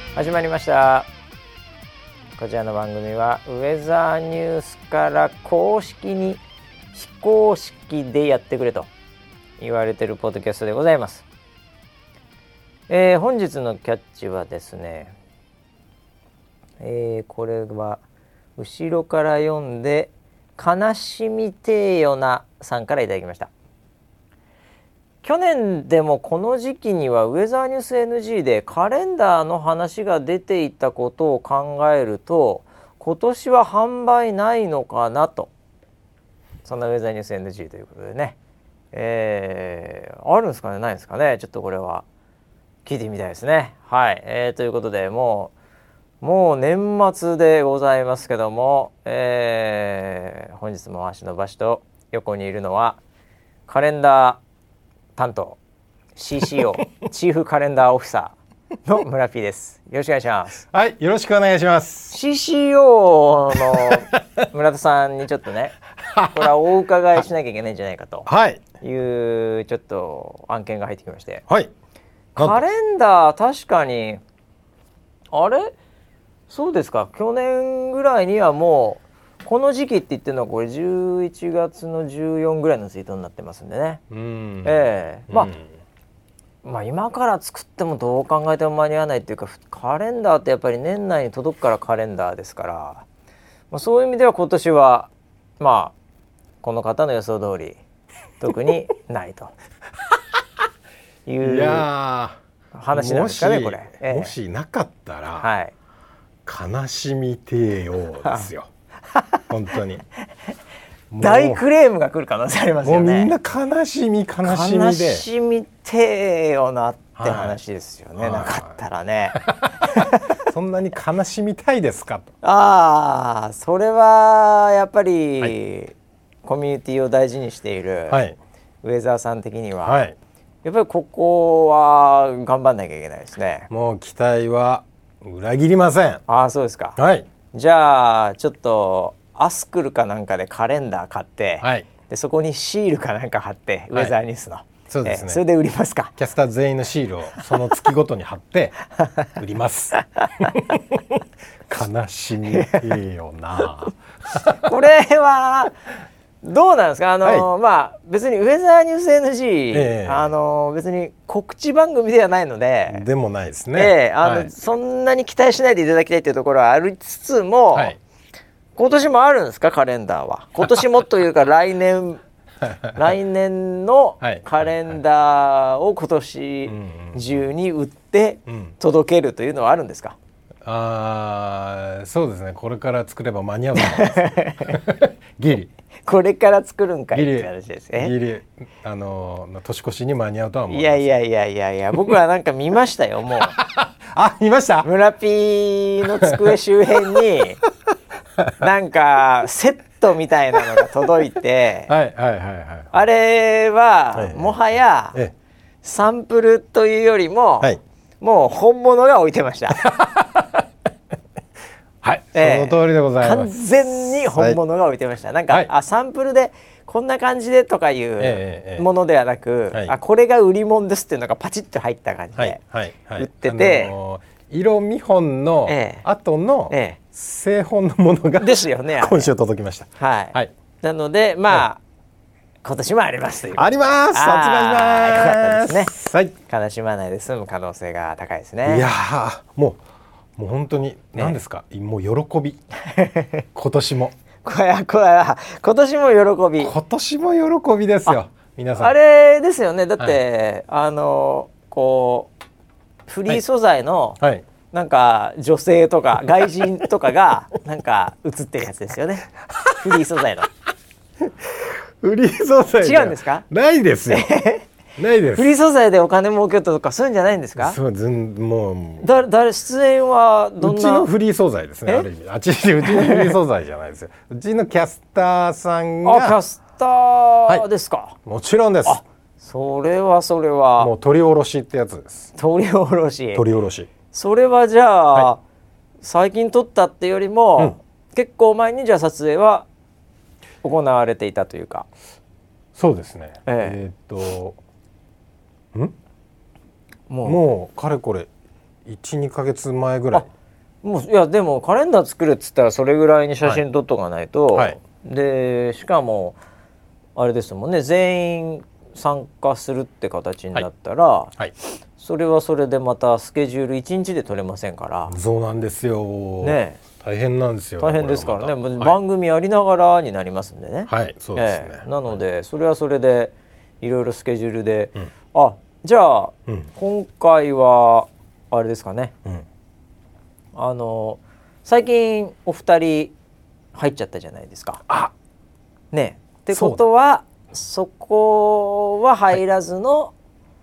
始まりました。こちらの番組はウェザーニュースから公式に非公式でやってくれと言われているポッドキャストでございます。本日のキャッチはですね、これは後ろから読んで悲しみてえよなさんからいただきました。去年でもこの時期にはウェザーニュース NG でカレンダーの話が出ていたことを考えると今年は販売ないのかなと、そんなウェザーニュース NG ということでね、あるんですかね、ないんですかね、ちょっとこれは聞いてみたいですね。はい、ということでもう年末でございますけども、本日も足の場所と横にいるのはカレンダー担当 CCO チーフカレンダーオフィサーの村 P です。よろしくお願いします。 はい、よろしくお願いします。 CCO の村田さんにちょっとねこれはお伺いしなきゃいけないんじゃないかというちょっと案件が入ってきまして、 はい、 カレンダー確かにあれそうですか、去年ぐらいにはもうこの時期って言ってるのはこれ11月の14ぐらいのツイートになってますんでね。まあ今から作ってもどう考えても間に合わないっていうか、カレンダーってやっぱり年内に届くからカレンダーですから、そういう意味では今年はまあこの方の予想通り特にないという話なんですかね。これもしなかったら、 はい、 悲しみてえよですよ本当に大クレームが来る可能性ありますよね。 もうみんな悲しみで悲しみてえよなって話ですよね、なかったらねそんなに悲しみたいですかと。 それはやっぱり、コミュニティを大事にしている、ウェザーさん的には、やっぱりここは頑張んなきゃいけないですね。 もう期待は裏切りません。 そうですか。じゃあちょっとアスクルかなんかでカレンダー買って、でそこにシールかなんか貼って、ウェザーニュースの、 そうですね、 それで売りますか。 キャスター全員のシールをその月ごとに貼って売ります悲しみてえよなこれはどうなんですか。別にウェザーニュース NG、別に告知番組ではないので、 でもないですね、 そんなに期待しないでいただきたいというところはありつつも、今年もあるんですか、カレンダーは。今年もというか来年のカレンダーを今年中に売って届けるというのはあるんですか。 そうですね、これから作れば間に合うと思いますギリこれから作るんかいって話ですね。 ギリ年越しに間に合うとは思います。 いや僕はなんか見ましたよもう見ました。 村 P の机周辺になんかセットみたいなのが届いてあれはもはやサンプルというよりも、もう本物が置いてましたその通りでございます。 完全に本物が置いてました。なんか、サンプルでこんな感じでとかいうものではなく、これが売り物ですっていうのがパチッと入った感じで売ってて、 色見本の後の製本のものがですよね、 今週届きました。 なので今年もありますという。 あります。発売します。 よかったですね。悲しまないで済む可能性が高いですね。 いやもう本当に何ですか、もう喜び今年も今年も喜び、 今年も喜びですよ皆さん。 あれですよね、だって、こうフリー素材の、なんか女性とか外人とかがなんか写ってるやつですよねフリー素材のフリー素材違うんですか。 ないですよないです。 フリー素材でお金儲けようとかそういうんじゃないんですか。 もう誰出演はどんな。 うちのフリー素材ですね、ある意味。うちのフリー素材じゃないですようちのキャスターさんが。 キャスターですか。 もちろんです。 それはもう取り下ろしってやつです。 取り下ろし。それはじゃあ、最近撮ったってよりも、結構前にじゃあ撮影は行われていたというか。 そうですね、もうかれこれ 1、2ヶ月前ぐらい。 もういやでもカレンダー作るっつったらそれぐらいに写真撮っとかないと、 はいはい、 でしかもあれですもんね、全員参加するって形になったら、 はいはい、 それはそれでまたスケジュール1日で取れませんから。 そうなんですよ、ね、大変なんですよ、 大変ですからね、はい、番組やりながらになりますんでね。 はい、そうですね、 なのでそれはそれでいろいろスケジュールで、じゃあ、今回はあれですかね、最近お二人入っちゃったじゃないですか。ね、ってことは そこは入らずの、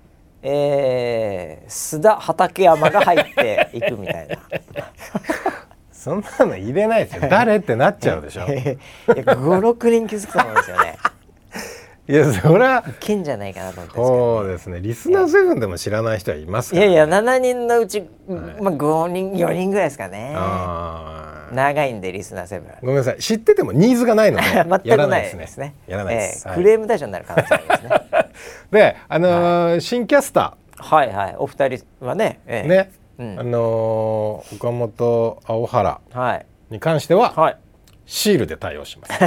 須田畠山が入っていくみたいなそんなの入れないですよ誰ってなっちゃうでしょ 5、6人気づくと思うんですよねいやそれはいけんじゃないかなと思って、 そうですね、リスナー7でも知らない人はいますから、ね、 いやいや7人のうち、5人4人ぐらいですかね。長いんでリスナー7。 ごめんなさい、知っててもニーズがないので全くないですね。 やらないです、 クレーム対象になる可能性ありますねで、新キャスター、お二人はね、 ね、岡本青原に関しては、シールで対応します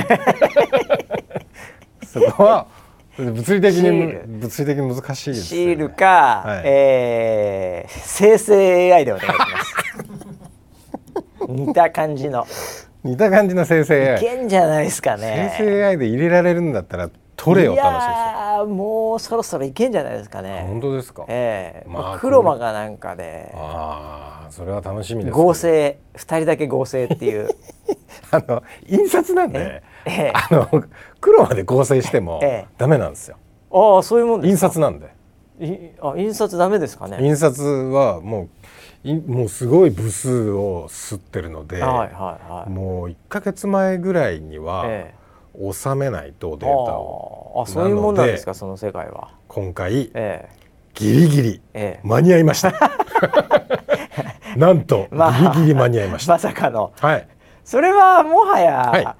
そこは物理的に難しいですよね。 シールか、生成 AI でお願いします似た感じの生成 AI いけんじゃないですかね。 生成 AI で入れられるんだったら取れよ楽しいですよ。 いやもうそろそろいけんじゃないですかね。 本当ですか。 クロマがなんかで、 それは楽しみです。 合成2人だけ合成っていう印刷なんで、クロマで合成してもダメなんですよ。 そういうもんですか。 印刷なんで。 印刷ダメですかね。 印刷はもうすごい部数を吸ってるので、もう1ヶ月前ぐらいには収めないとデータを。 そういうもんなんですか、その世界は。 今回、ギリギリ間に合いましたなんとギリギリ間に合いました、 まさかの、それはもはや、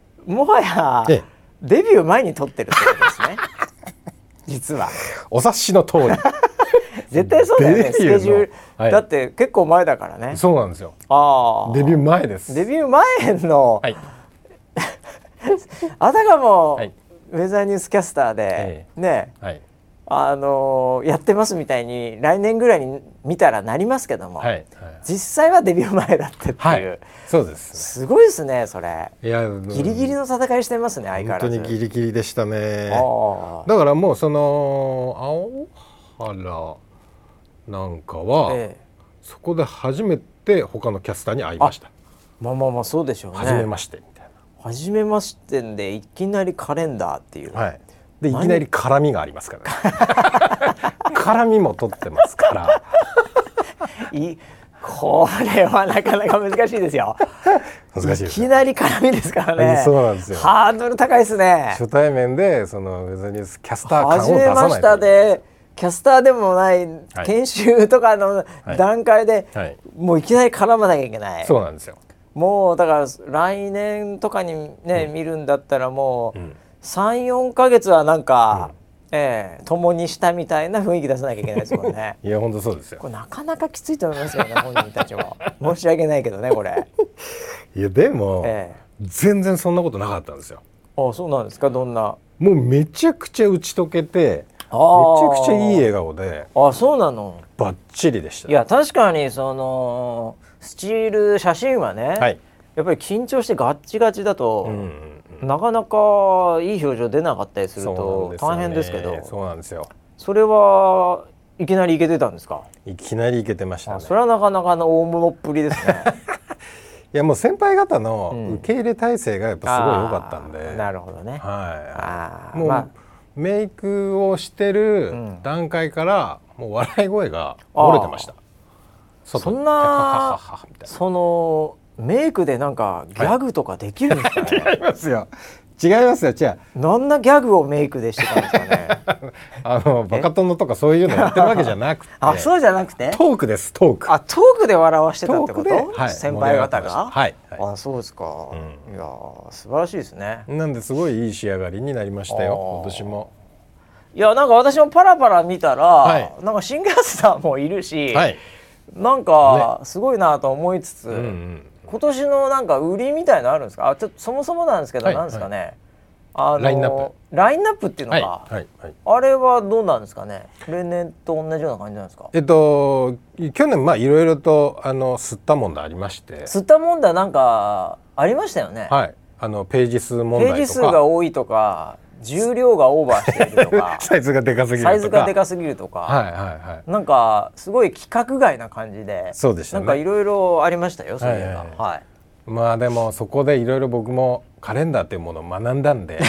デビュー前に撮ってるってことですね実はお察しの通り絶対そうだよね、スケジュール、だって結構前だからね。 そうなんですよ。デビュー前です。 デビュー前の、あたかも、ウェザーニュースキャスターで、ね、やってますみたいに来年ぐらいに見たらなりますけども、実際はデビュー前だってっていう、 そうです。 すごいですねそれ。 いやギリギリの戦いしてますね、相変わらず。 本当にギリギリでしたね。だからもうその青原なんかは、そこで初めて他のキャスターに会いました。 まあそうでしょうね。 初めましてみたいな。 初めましてんでいきなりカレンダーっていう、 でいきなり絡みがありますから、ね、絡みも取ってますからこれはなかなか難しいですよ難しいです。 いきなり絡みですからね。 そうなんですよ。 ハードル高いですね。 初対面でそのウェザーニュースキャスター感を出さないと。 初めましたでキャスターでもない、研修とかの段階で、もういきなり絡まなきゃいけない。 そうなんですよ。 もうだから来年とかにね、見るんだったらもう、3、4ヶ月はなんか、共にしたみたいな雰囲気出さなきゃいけないですもんねいや本当そうですよ。 これなかなかきついと思いますよね本人たちも。申し訳ないけどねこれ。 いやでも、全然そんなことなかったんですよ。 そうなんですか。どんな。 もうめちゃくちゃ打ち解けて、めちゃくちゃいい笑顔で。 そうなの。バッチリでした。 いや確かにそのスチール写真はね、やっぱり緊張してガッチガチだと、なかなかいい表情出なかったりすると大変ですけど。 そうなんですよ。 それはいきなりいけてたんですか。 いきなりいけてましたね。 それはなかなかの大物っぷりですねいやもう先輩方の受け入れ体制がやっぱすごい良かったんで。 なるほどね。 もうメイクをしてる段階からもう笑い声が漏れてました。 そんなそのメイクでなんかギャグとかできるんですかね。 違いますよ。違いますよ。 どんなギャグをメイクでしてたんですかね。 バカ殿とかそういうのやってるわけじゃなくて。 そうじゃなくて。 トークです。トーク。 トークで笑わしてたってこと。先輩方が。そうですか。いや素晴らしいですね。 なんですごいいい仕上がりになりましたよ今年も。 いやなんか私もパラパラ見たら、なんか新キャスターもいるし、 なんかすごいなと思いつつ、今年のなんか売りみたいのあるんですか？ちょっとそもそもなんですけど、なんですかね、 ラインナップっていうのか、あれはどうなんですかね。例年と同じような感じなんですか？ 去年いろいろと吸ったもんだありまして、 吸ったもんだなんかありましたよね。 はい、ページ数問題とか、 ページ数が多いとか、重量がオーバーしているとかサイズがでかすぎるとか、 なんかすごい規格外な感じで、 そうでしたね、 なんかいろいろありましたよ、そういえば。 まあでもそこでいろいろ僕もカレンダーっていうものを学んだんで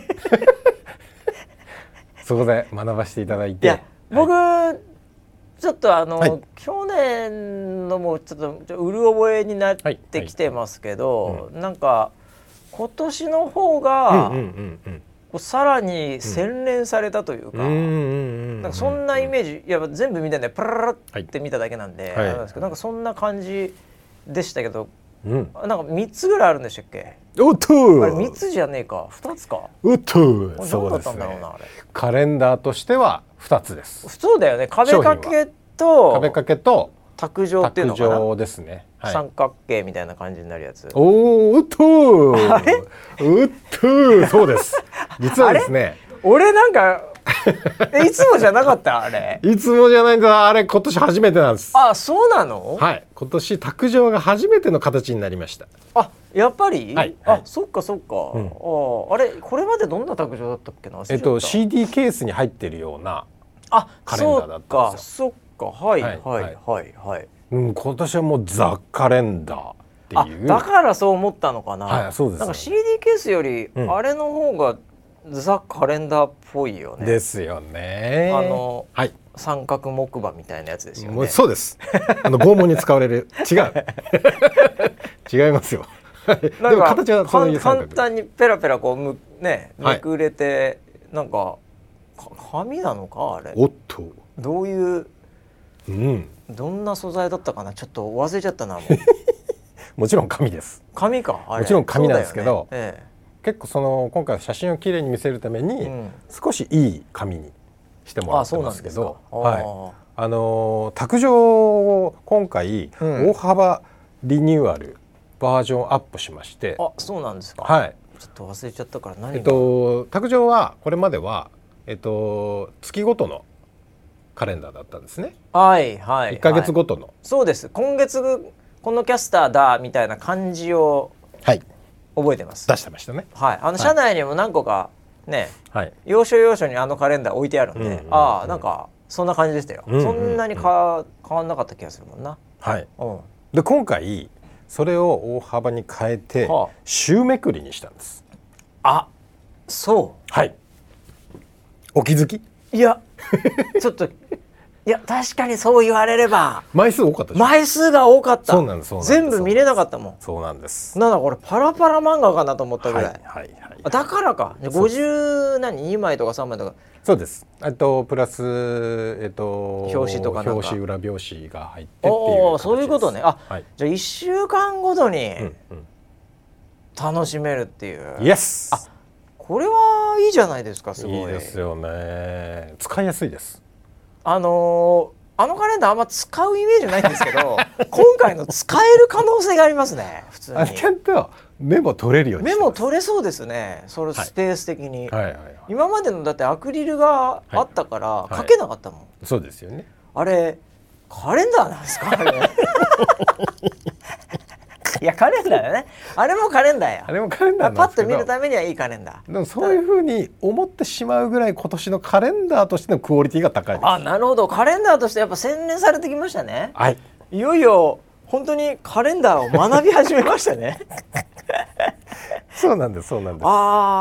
そこで学ばせていただいて、いや、 僕ちょっと去年のもちょっとうる覚えになってきてますけど、なんか今年の方がさらに洗練されたというか、なんかそんなイメージ、いや全部見てね、プララって見ただけなんで、なんですけど、なんかそんな感じでしたけど、なんか3つぐらいあるんでしたっけ？ おっとあれ3つじゃねえか、2つか。 おっと、 そうですね。 カレンダーとしては2つです。 普通だよね。壁掛けと卓上っていうのかな。 卓上ですね。 三角形みたいな感じになるやつ。 おっと、あれ？おっと、そうです。実はですね、 俺なんかいつもじゃなかったあれ。 いつもじゃないんだ、あれ今年初めてなんです。 あ、そうなの？ はい、今年卓上が初めての形になりました。 あ、やっぱり？ はい、 あ、そっかそっか。あれ、これまでどんな卓上だったっけな。 CD ケースに入ってるようなカレンダーだったんですよ。 そっか、はいはいはい。 今年はもうザ・カレンダーっていう。 だからそう思ったのかな。 はい、そうです。 なんか CD ケースよりあれの方がザ・カレンダーっぽいよね。 ですよね。はい、 三角木馬みたいなやつですよね。 そうです。拷問に使われる。違いますよ。 なんか形はそういう簡単にペラペラこうめくれて、なんか紙なのかあれ。 おっと。 どういう、どんな素材だったかな、ちょっと忘れちゃったな。もうもちろん紙です。 紙か。 もちろん紙なんですけど、結構今回写真をきれいに見せるために、少しいい紙にしてもらってますけど、卓上を今回大幅リニューアル、バージョンアップしまして。 あ、そうなんですか。 はい。 ちょっと忘れちゃったから何が。 卓上はこれまでは月ごとのカレンダーだったんですね。 はいはい。 1ヶ月ごとの。 そうです。今月このキャスターだみたいな感じを覚えてます。 出してましたね。 はい。社内にも何個かね、要所要所にカレンダー置いてあるんで、なんかそんな感じでしたよ。そんなに変わんなかった気がするもんな。 はい。で今回それを大幅に変えて週めくりにしたんです。 あ、そう。 はい。お気づき？ いや、ちょっと、いや確かにそう言われれば枚数多かったでしょ。 枚数が多かった。 そうなんです。 全部見れなかったもん。 そうなんです。 なんだこれパラパラ漫画かなと思ったぐらい。だからか。2枚とか3枚とか。 そうです。プラス表紙とかなんか表紙裏表紙が入ってっていう。 そういうことね。じゃあ1週間ごとに楽しめるっていう。 イエス。 これはいいじゃないですか。すごい。 いいですよね。使いやすいです。 カレンダーあんま使うイメージないんですけど今回の使える可能性がありますね。普通にちゃんとメモ取れるようにしてます。 メモ取れそうですね。それスペース的に。今までのだってアクリルがあったから書けなかったもん。 そうですよね。 あれカレンダーなんですか？いやカレンダーだね。あれもカレンダーや。 あれもカレンダーなんですけど、 パッと見るためにはいいカレンダー。 でもそういうふうに思ってしまうぐらい今年のカレンダーとしてのクオリティが高いです。 あ、なるほど。カレンダーとしてやっぱ洗練されてきましたね。 はい。 いよいよ本当にカレンダーを学び始めましたね。 そうなんです。そうなんです。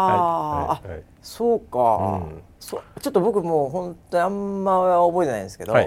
そうか。ちょっと僕もう本当にあんま覚えてないんですけど、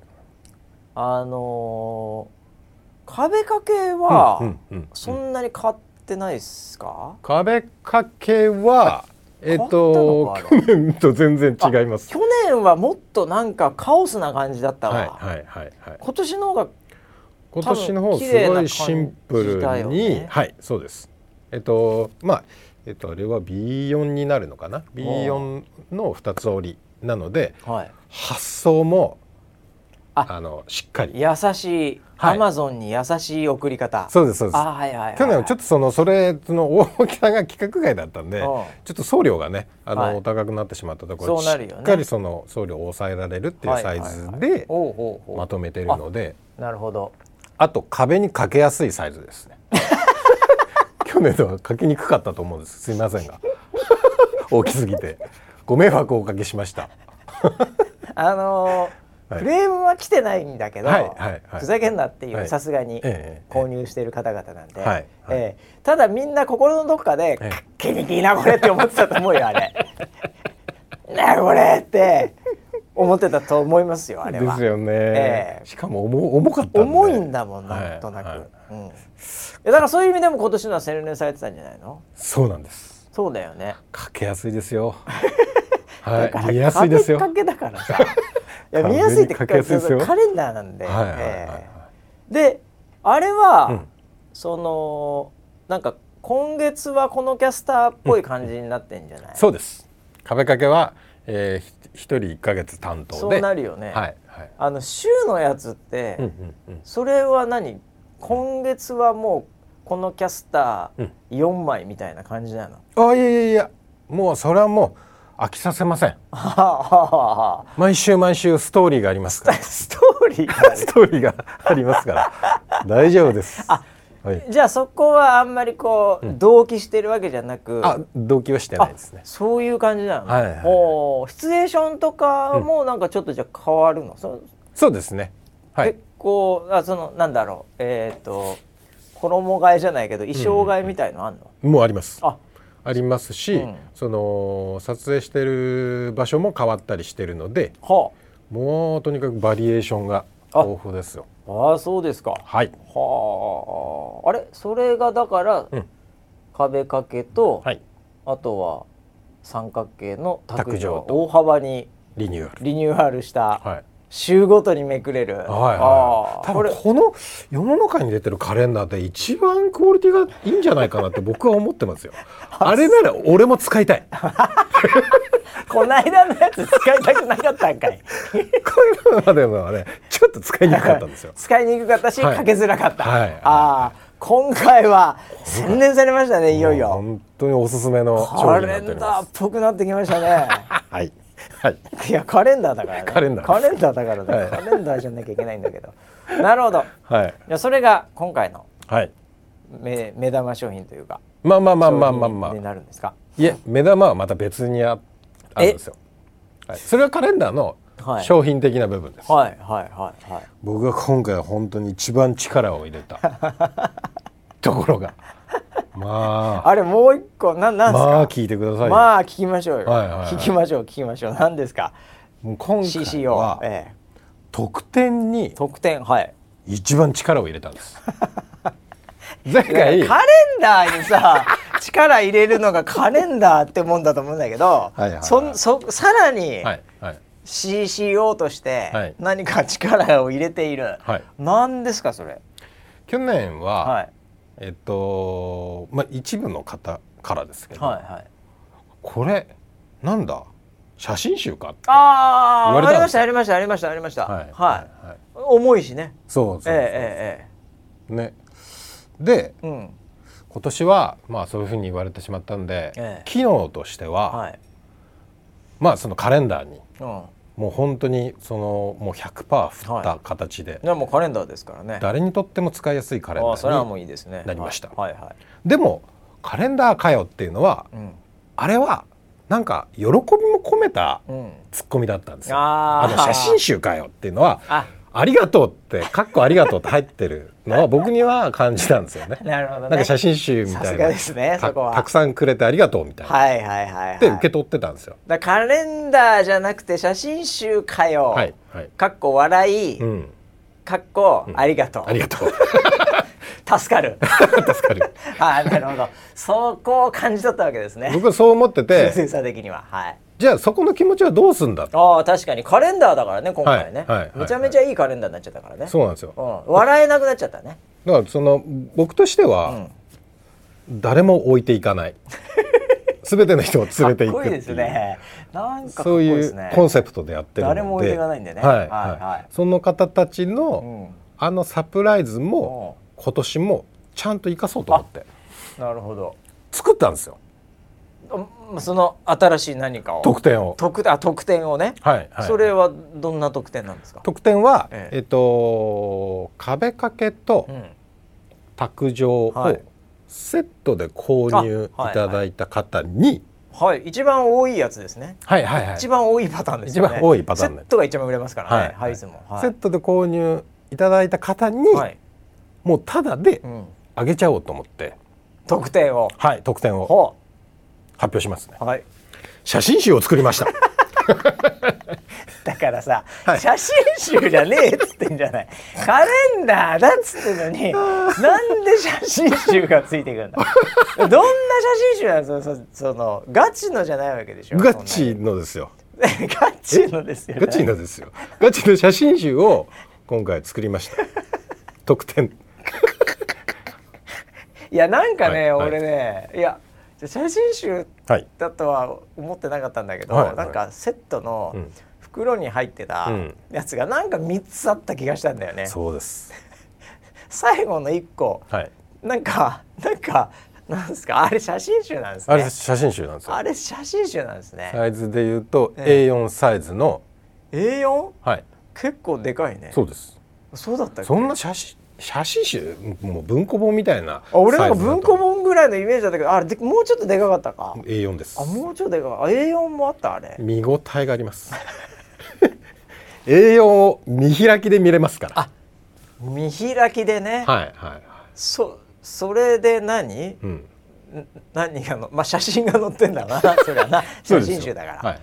壁掛けはそんなに買ってないですか？ 壁掛けは去年と全然違います。 去年はもっとなんかカオスな感じだったわ。今年の方すごいシンプルに、はい、そうです。あれは B4 になるのかな。 B4 の2つ折りなので、発想もしっかり優しい、アマゾンに優しい送り方。 そうですそうです。去年はちょっとそれの大きさが規格外だったんで、ちょっと送料がねお高くなってしまったところ、しっかりその送料を抑えられるっていうサイズでまとめているので。 なるほど。 あと壁にかけやすいサイズですね。去年とはかけにくかったと思うんです。すいませんが大きすぎてご迷惑をおかけしました。 クレームは来てないんだけど、ふざけんなっていうさすがに購入している方々なんで、ただみんな心のどこかで「気に気なこれ」って思ってたと思うよあれ。なこれって思ってたと思いますよあれは。 ですよね。しかも重かったんで。 重いんだもんなんとなく。だからそういう意味でも今年のは洗練されてたんじゃないの？ そうなんです。 そうだよね。 かけやすいですよ。見やすいですよ。 かけだからさ。いや見やすいってカレンダーなんで。であれはそのなんか今月はこのキャスターっぽい感じになってんじゃない？ そうです。壁掛けは1人1ヶ月担当で。 そうなるよね。週のやつってそれは何？今月はもうこのキャスター4枚みたいな感じなの？ いやもうそれはもう飽きさせません。毎週毎週ストーリーがありますから。 ストーリーがありますから大丈夫です。 じゃあそこはあんまりこう同期してるわけじゃなく、 同期はしてないですね。 そういう感じなの。シチュエーションとかもなんかちょっとじゃあ変わるの？ そうですね。 結構そのなんだろう衣替えじゃないけど衣装替えみたいのあんの？ もうあります。ありますし、その撮影してる場所も変わったりしてるので、もうとにかくバリエーションが豊富ですよ。 そうですか。 はい。 あれそれがだから壁掛けと、あとは三角形の卓上大幅にリニューアルした。週ごとにめくれる。 多分この世の中に出てるカレンダーで一番クオリティがいいんじゃないかなって僕は思ってますよ。あれなら俺も使いたい。 この間のやつ使いたくなかったんかい。 これまでのはねちょっと使いにくかったんですよ。 使いにくかったし、かけづらかった。今回は洗練されましたね。いよいよ本当におすすめのカレンダーっぽくなってきましたね。いやカレンダーだからね。カレンダーだからね。カレンダーじゃなきゃいけないんだけど。なるほど。じゃあそれが今回の目玉商品というか。 まあになるんですか？ いえ、目玉はまた別にあるんですよ。それはカレンダーの商品的な部分です。僕が今回は本当に一番力を入れたところが。 あれもう一個なんですか？ 聞いてください。 聞きましょうよ。聞きましょう。何ですか？ 今回は特典に一番力を入れたんです。前回カレンダーにさ力入れるのがカレンダーってもんだと思うんだけど、さらに CCO として何か力を入れている。何ですかそれ？ 去年は一部の方からですけど、これなんだ写真集かって言われたんですよ。 ありました。重いしね。 そうね。で、今年はそういうふうに言われてしまったんで、機能としてはそのカレンダーにもう本当にもう 100% 振った形で、 もうカレンダーですからね。 誰にとっても使いやすいカレンダーになりました。でもカレンダーかよっていうのは、あれはなんか喜びも込めたツッコミだったんですよ。写真集かよっていうのはありがとうってかっこありがとうって入ってるのは僕には感じたんですよね。 なるほどね。 なんか写真集みたいな、たくさんくれてありがとうみたいなって受け取ってたんですよ。 カレンダーじゃなくて写真集かよ、かっこ笑い、かっこありがとう、 ありがとう助かるなるほど。そこを感じ取ったわけですね。 僕はそう思ってて、 先生的にはじゃあそこの気持ちはどうすんだ。 確かにカレンダーだからね今回ね、めちゃめちゃいいカレンダーになっちゃったからね。 そうなんですよ。 笑えなくなっちゃったね。 だから僕としては誰も置いていかない全ての人を連れていくっていう、 かっこいいですね。なんかかっこそういいですね。 いうコンセプトでやってるので、 誰も置いていかないんでね。 はいはいはい、その方たちの、サプライズも今年もちゃんと生かそうと思って、 なるほど、 作ったんですよ。 その新しい何かを特典をね、 はいはい、 それはどんな特典なんですか？ 特典は、壁掛けと卓上をセットで購入いただいた方に、 はい、一番多いやつですね。 はいはいはい、 一番多いパターンですよね。 一番多いパターンでセットが一番売れますからね。 はいはい、いつも、 セットで購入いただいた方に、もうタダであげちゃおうと思って、 特典を発表しますね。 はい、 写真集を作りましただからさ、写真集じゃねえっつってんじゃない、カレンダーだっつってんのになんで写真集がついてくるんだどんな写真集なんですか？そのガチのじゃないわけでしょ？ ガチのですよガチのですよね。 ガチのですよ。ガチの写真集を今回作りました特典いやなんかね、俺ね、いや写真集だとは思ってなかったんだけど、なんかセットの袋に入ってたやつがなんか3つあった気がしたんだよね。 そうです最後の1個、なんかなんですか、あれ写真集なんですね。 あれ写真集なんですよ。 あれ写真集なんですね。 サイズでいうと A4 サイズの A4？ はい、 結構でかいね。 そうです。 そうだったっけ？ そんな写真集もう文庫本みたいな、 俺なんか文庫本ぐらいのイメージだったけど、あれもうちょっとでかかったか。 A4 です。 もうちょっとでかかった。 A4 もあった。あれ見応えがありますA4 を見開きで見れますから。 見開きでね。 はいはい。 それで何が写真が載ってんだなそれはな写真集だから、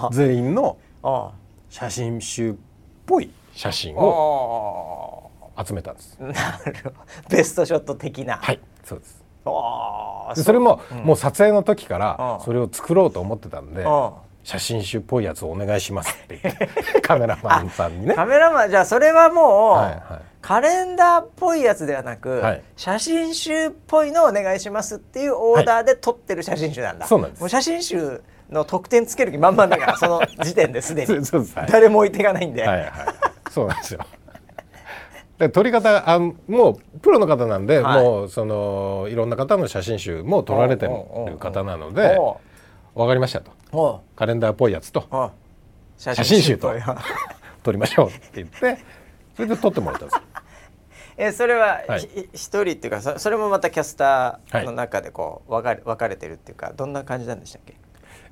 全員の写真集っぽい写真を集めたんです。 なるほど。ベストショット的な。 はい、そうです。それも、もう撮影の時からそれを作ろうと思ってたんで、写真集っぽいやつをお願いしますって言ってカメラマンさんにね。 カメラマン、じゃあそれはもう、カレンダーっぽいやつではなく、写真集っぽいのをお願いしますっていうオーダーで撮ってる写真集なんだ。 そうなんです。 もう写真集の特典つける気満々だからその時点ですでに誰も置いていかないんで。 そうなんですよ。撮り方もうプロの方なんで、もうそのいろんな方の写真集も撮られてる方なので、分かりましたと、カレンダーっぽいやつと写真集と撮りましょうって言ってそれで撮ってもらったんです。 それは一人っていうか、それもまたキャスターの中でこう分かれてるっていうか、どんな感じなんでしたっけ？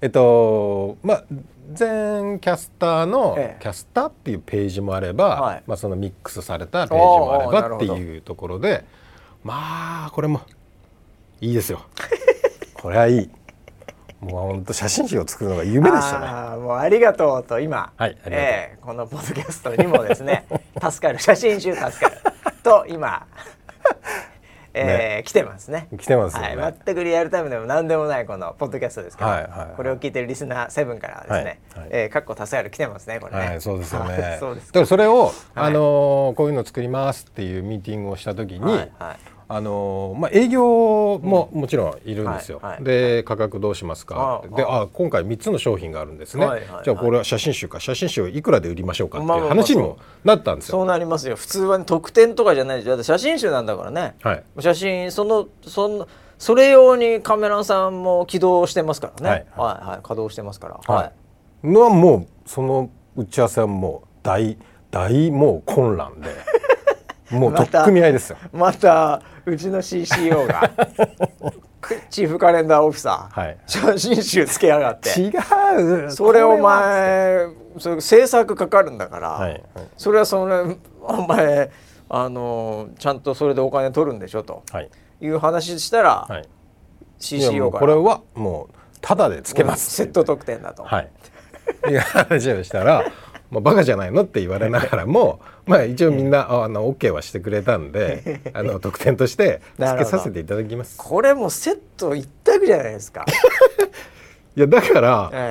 全キャスターのキャスターっていうページもあれば、そのミックスされたページもあればっていうところで、まあこれもいいですよこれはいい。もう本当写真集を作るのが夢でしたね。 もうありがとうと今、このポッドキャストにもですね助かる、写真集助かると今来てますね。 来てますよね。 全くリアルタイムでも何でもないこのポッドキャストですけど、これを聞いてるリスナー7からはですね、かっこ助かる来てますねこれね。 そうですよね。だからそれをこういうの作りますっていうミーティングをした時に、営業ももちろんいるんですよ。で価格どうしますかって、で今回3つの商品があるんですね。じゃあこれは写真集か、写真集をいくらで売りましょうかっていう話にもなったんですよ。 そうなりますよ。普通は特典とかじゃないで、写真集なんだからね。写真それ用にカメラさんも起動してますからね。稼働してますから。 もうその打ち合わせはもう大もう混乱でもう取っ組み合いですよ。 またうちの CCO がチーフカレンダーオフィサー、写真集つけやがって。 違う、 それお前制作かかるんだから、それはお前ちゃんとそれでお金取るんでしょという話したら、CCO からこれはもうタダでつけますセット特典だという話をしたらバカじゃないのって言われながらも一応みんなOK はしてくれたんで特典としてつけさせていただきます。 これもセット一択じゃないですかいやだから、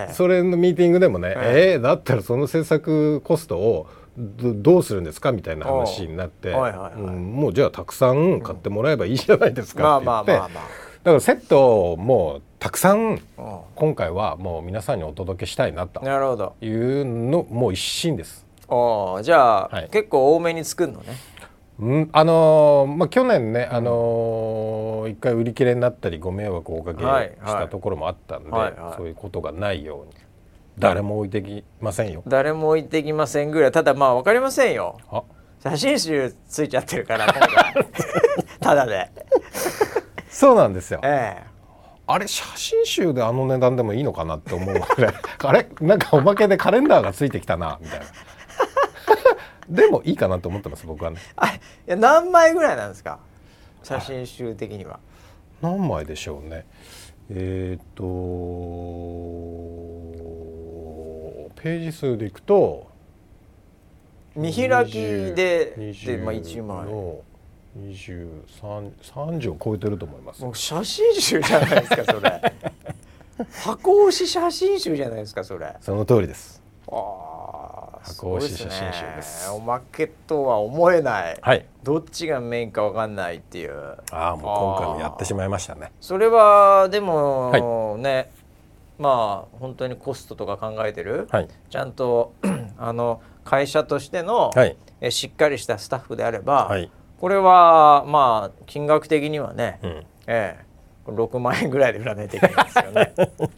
それのミーティングでもね、だったらその制作コストをどうするんですかみたいな話になって、もうじゃあたくさん買ってもらえばいいじゃないですかって言って、だからセットもたくさん今回はもう皆さんにお届けしたいなというのもう一心です。 じゃあ、結構多めに作るのね。 去年ね、一回売り切れになったりご迷惑をおかけしたところもあったんで、そういうことがないように。誰も置いてきませんよ。 誰も置いてきませんぐらい。ただまあ分かりませんよ。写真集ついちゃってるから今回ただでそうなんですよ。あれ写真集であの値段でもいいのかなって思うぐらいあれなんかおまけでカレンダーがついてきたなみたいなでもいいかなと思ってます僕はね。 いや何枚ぐらいなんですか写真集的には。 何枚でしょうね。ページ数でいくと見開きで1枚の30を超えてると思います。 もう写真集じゃないですかそれ箱押し写真集じゃないですかそれ。 その通りです。 箱押し写真集です。おまけとは思えない、どっちがメインか分かんないっていう。 もう今回もやってしまいましたね。 それはでもね、まあ本当にコストとか考えてる、ちゃんと会社としての、しっかりしたスタッフであれば、これはまあ金額的にはね、6万円ぐらいで売らないといけないですよね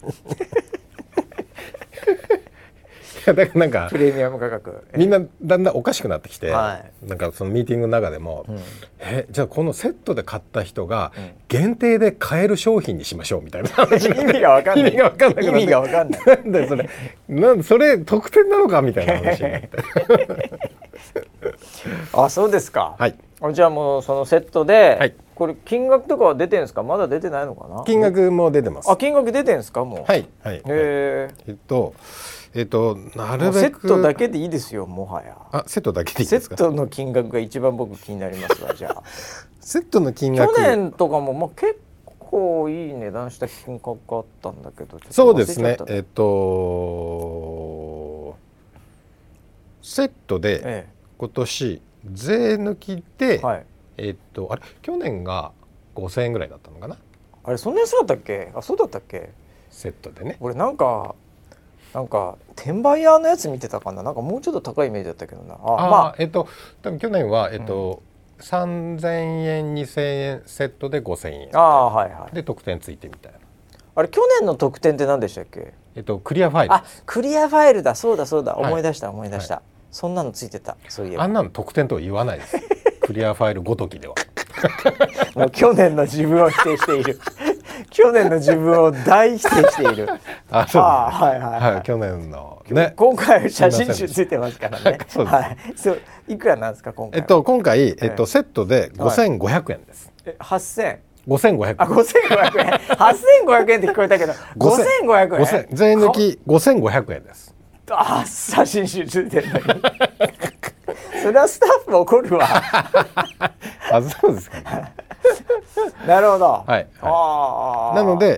だからなんかプレミアム価格、 みんなだんだんおかしくなってきて、なんかそのミーティングの中でも、じゃあこのセットで買った人が限定で買える商品にしましょうみたいな話になって、 意味が分かんない意味が分かんないなんでそれ特典なのかみたいな話になってそうですか。じゃあもうそのセットで、これ金額とかは出てるんですか。まだ出てないのかな。 金額も出てます。 金額出てるんですかもう。なるべくセットだけでいいですよもはや。 セットだけでいいですか。 セットの金額が一番僕気になりますわじゃあセットの金額去年とかも結構いい値段した金額があったんだけど。 そうですね。セットで今年税抜きで、去年が5000円ぐらいだったのかな。 あれそんなにそうだったっけ。そうだったっけ。 セットでね。 俺なんか転売屋のやつ見てたかな。なんかもうちょっと高いイメージだったけどな。 多分去年は3000円2000円セットで5000円で特典ついてみたいな。 あれ去年の特典って何でしたっけ。 クリアファイルです。 クリアファイルだ。そうだ思い出した、そんなのついてた。そういえばあんなの特典とは言わないですクリアファイルごときではもう去年の自分を否定している去年の自分を大否定している去年のね。 今回写真集ついてますからねいくらなんですか今回。 今回セットで5500円です。 8000 5500円。 5500円8500円って聞こえたけど5500円。 税抜き5500円です。 写真集ついてるのにそれはスタッフ怒るわそうですかねなるほど。 なので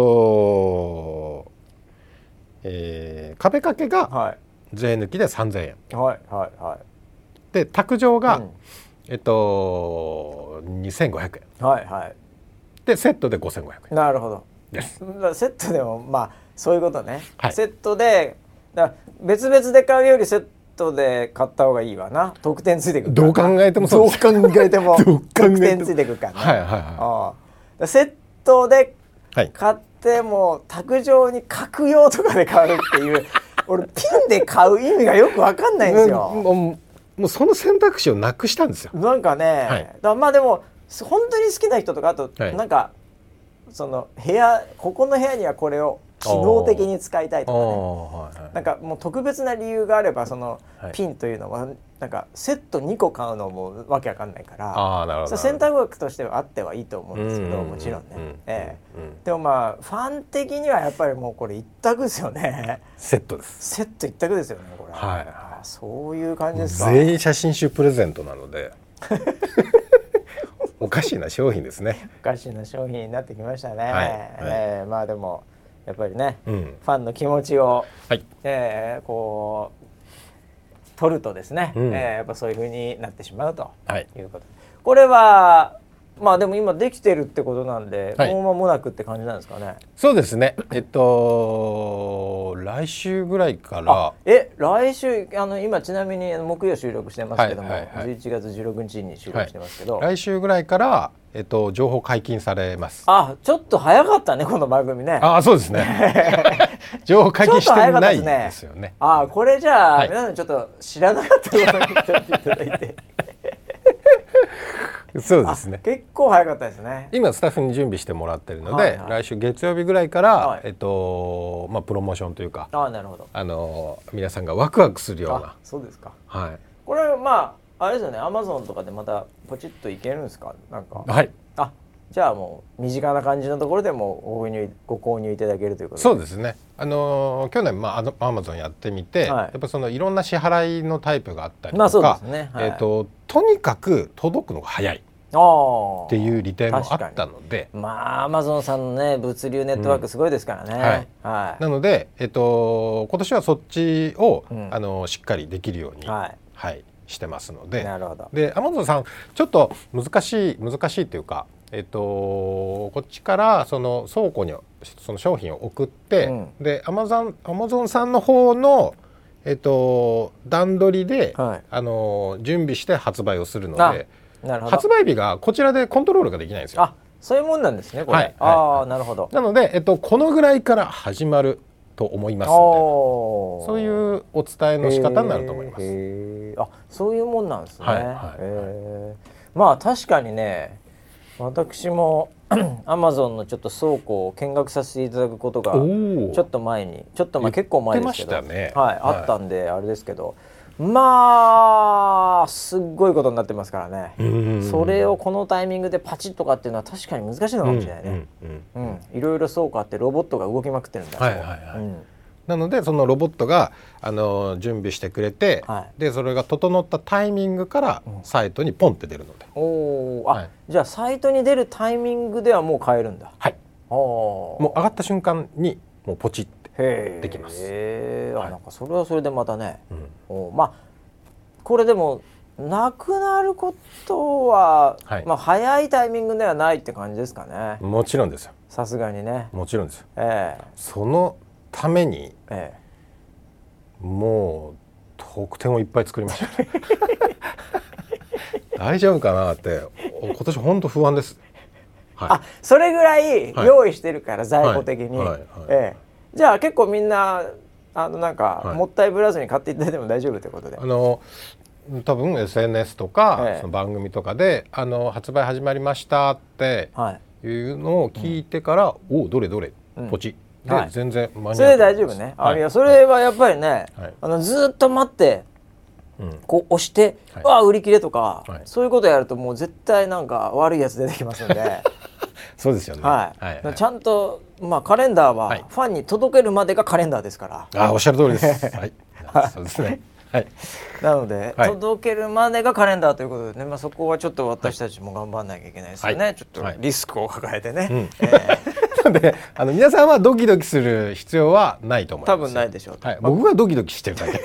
壁掛けが税抜きで3000円、で卓上が、2500円、でセットで5500円。 なるほどです。セットでもまあそういうことね、セットで別々で買うよりセットで買った方がいいわな。特典ついてくる。 どう考えてもそうです。 どう考えても特典ついてくるからね。セットで買っても卓上に角用とかで買うっていう俺ピンで買う意味がよく分かんないんですよ。 もうその選択肢をなくしたんですよ。 なんかね、まあでも本当に好きな人とかあと、なんかそのここの部屋にはこれを機能的に使いたいとかね、なんかもう特別な理由があればそのピンというのはなんかセット2個買うのもわけわかんないから、選択枠としてはあってはいいと思うんですけど、もちろんね、でもまあファン的にはやっぱりもうこれ一択ですよね。 セットです。 セット一択ですよねこれ。そういう感じですか。 全員写真集プレゼントなのでおかしいな商品ですね。 おかしいな商品になってきましたね。まあでもやっぱりね、ファンの気持ちを、こう取るとですね、やっぱそういう風になってしまうということ、これはまあでも今できてるってことなんで、もう間もなくって感じなんですかね。 そうですね。来週ぐらいから。 来週今ちなみに木曜収録してますけども、11月16日に収録してますけど、 来週ぐらいから情報解禁されます。 ちょっと早かったねこの番組ね。 そうですね。情報解禁してないですよね。 これじゃあ、皆さんちょっと知らなかったことに言っていただいて。 そうですね。 結構早かったですね。 今スタッフに準備してもらってるので、来週月曜日ぐらいから、プロモーションというか、 なるほど。皆さんがワクワクするような。 そうですか。 はい。 これあれですよね。Amazon とかでまたポチッといけるんですか。なんか。 はい。 じゃあもう身近な感じのところでもご購入いただけるということで。 そうですね。去年Amazon やってみて、やっぱそのいろんな支払いのタイプがあったりとか、とにかく届くのが早いっていう利点もあったので、 Amazon さんのね物流ネットワークすごいですからね。 なので今年はそっちをしっかりできるようにしてますので、で Amazon さんちょっと難しいっていうか。こっちからその倉庫にその商品を送って、でAmazonさんの方の段取りで、準備して発売をするので、発売日がこちらでコントロールができないんですよ。 そういうもんなんですねこれ。なるほど。 なのでこのぐらいから始まると思いますみたいな、そういうお伝えの仕方になると思います。 そういうもんなんですね。確かにね。私もAmazon のちょっと倉庫を見学させていただくことがちょっと前結構前ですけど、あったんであれですけど、すっごいことになってますからね。それをこのタイミングでパチッとかっていうのは確かに難しいのかもしれないね。いろいろ倉庫あってロボットが動きまくってるんだ。 なのでそのロボットが準備してくれて、でそれが整ったタイミングからサイトにポンって出るので、 じゃあサイトに出るタイミングではもう買えるんだ。 もう上がった瞬間にもうポチってできます。 なんかそれはそれでまたね、これでもなくなることは、早いタイミングではないって感じですかね。 もちろんですよ。 さすがにね。 もちろんですよ。そのために、もう特典をいっぱい作りました大丈夫かなって今年本当不安です。 それぐらい用意してるから、在庫的に。じゃあ結構みんななんか、もったいぶらずに買っていただいても大丈夫ということで、 多分 SNS とか、その番組とかで発売始まりましたっていうのを聞いてから、どれどれポチで全然間に合う。 それで大丈夫ね。いやそれはやっぱりね、ずっと待ってこう押して売り切れとか、そういうことやるともう絶対なんか悪いやつ出てきますんでそうですよね。 ちゃんとカレンダーはファンに届けるまでがカレンダーですから。 おっしゃる通りです。そうですね。 なので、届けるまでがカレンダーということでね、そこはちょっと私たちも頑張らなきゃいけないですよね。ちょっとリスクを抱えてね。 で皆さんはドキドキする必要はないと思います。 多分ないでしょう。 僕がドキドキしてるだけ。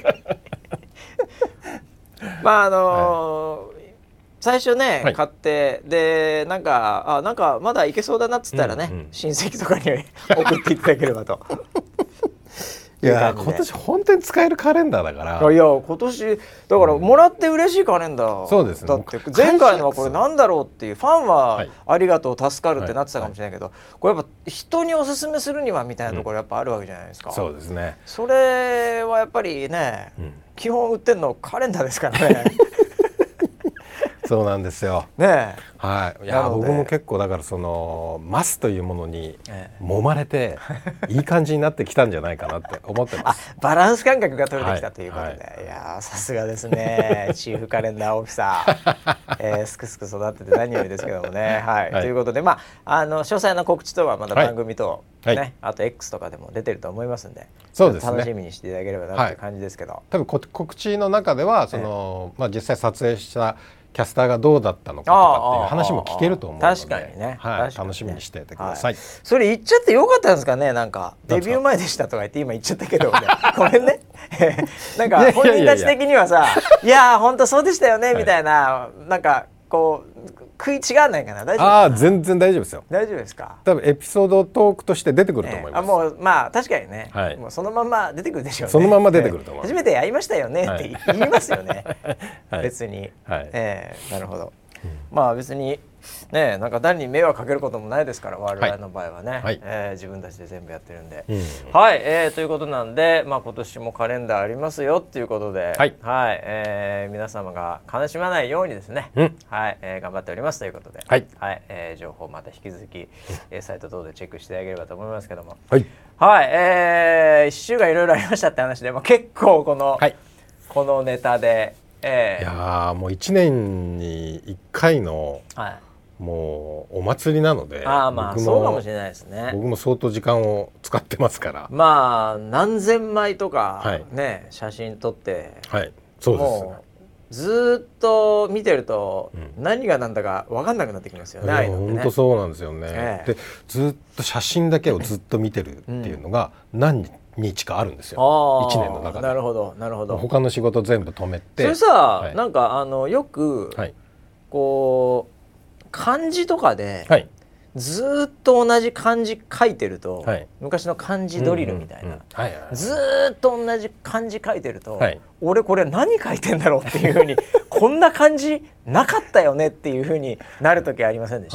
最初ね、買ってでなんかまだいけそうだなっつったらね、親戚とかに送っていただければと。 いや今年本当に使えるカレンダーだから。 いや今年だからもらって嬉しいカレンダー。 そうですね。 だって前回のはこれなんだろうっていう、ファンはありがとう助かるってなってたかもしれないけど、これやっぱ人におすすめするにはみたいなところやっぱあるわけじゃないですか。 そうですね。 それはやっぱりね、基本売ってんのカレンダーですからね。 そうなんですよ。 ねえ。いや僕も結構だからそのマスというものに揉まれていい感じになってきたんじゃないかなって思ってます。 バランス感覚が取れてきたということで、いやさすがですね。チーフカレンダーオフィサー、すくすく育ってて何よりですけどもね。ということで詳細な告知とはまた番組とね、あと X とかでも出てると思いますんで、そうですね。楽しみにしていただければなっていう感じですけど、 多分告知の中ではその実際撮影したキャスターがどうだったのかとかっていう話も聞けると思うので、 確かにね、 楽しみにしていてください。 それ言っちゃってよかったんですかね。なんかデビュー前でしたとか言って今言っちゃったけど、ごめんね。なんか本人たち的にはさ、いや本当そうでしたよねみたいな、なんかこう食い違わないかな。大丈夫かな。全然大丈夫ですよ。 大丈夫ですか。 多分エピソードトークとして出てくると思います。 もうまあ確かにね、もうそのまま出てくるでしょうね。 そのまま出てくると思います。 初めて会いましたよねって言いますよね。別に。なるほど。まあ別にね、なんか誰に迷惑かけることもないですから、我々の場合はね、自分たちで全部やってるんで、はい、ということなんで、まあ今年もカレンダーありますよっていうことで、皆様が悲しまないようにですね、はい、頑張っておりますということで、はい、情報また引き続きサイト等でチェックしてあげればと思いますけども、はい、1週間いろいろありましたって話で、結構このネタで。 いやもう1年に1回の、もうお祭りなので、 まあそうかもしれないですね。 僕も相当時間を使ってますから、 まあ何千枚とかね、写真撮って、 そうです。 もうずっと見てると何が何だか分かんなくなってきますよね。 本当そうなんですよね。でずっと写真だけをずっと見てるっていうのが何日かあるんですよ、1年の中で。 なるほどなるほど。 他の仕事全部止めて。 それさ、なんかよく、こう漢字とかで、ずっと同じ漢字書いてると、昔の漢字ドリルみたいな、ずっと同じ漢字書いてると、俺これ何書いてんだろうっていうふうにこんな漢字なかったよねっていうふうになる時ありませんでした？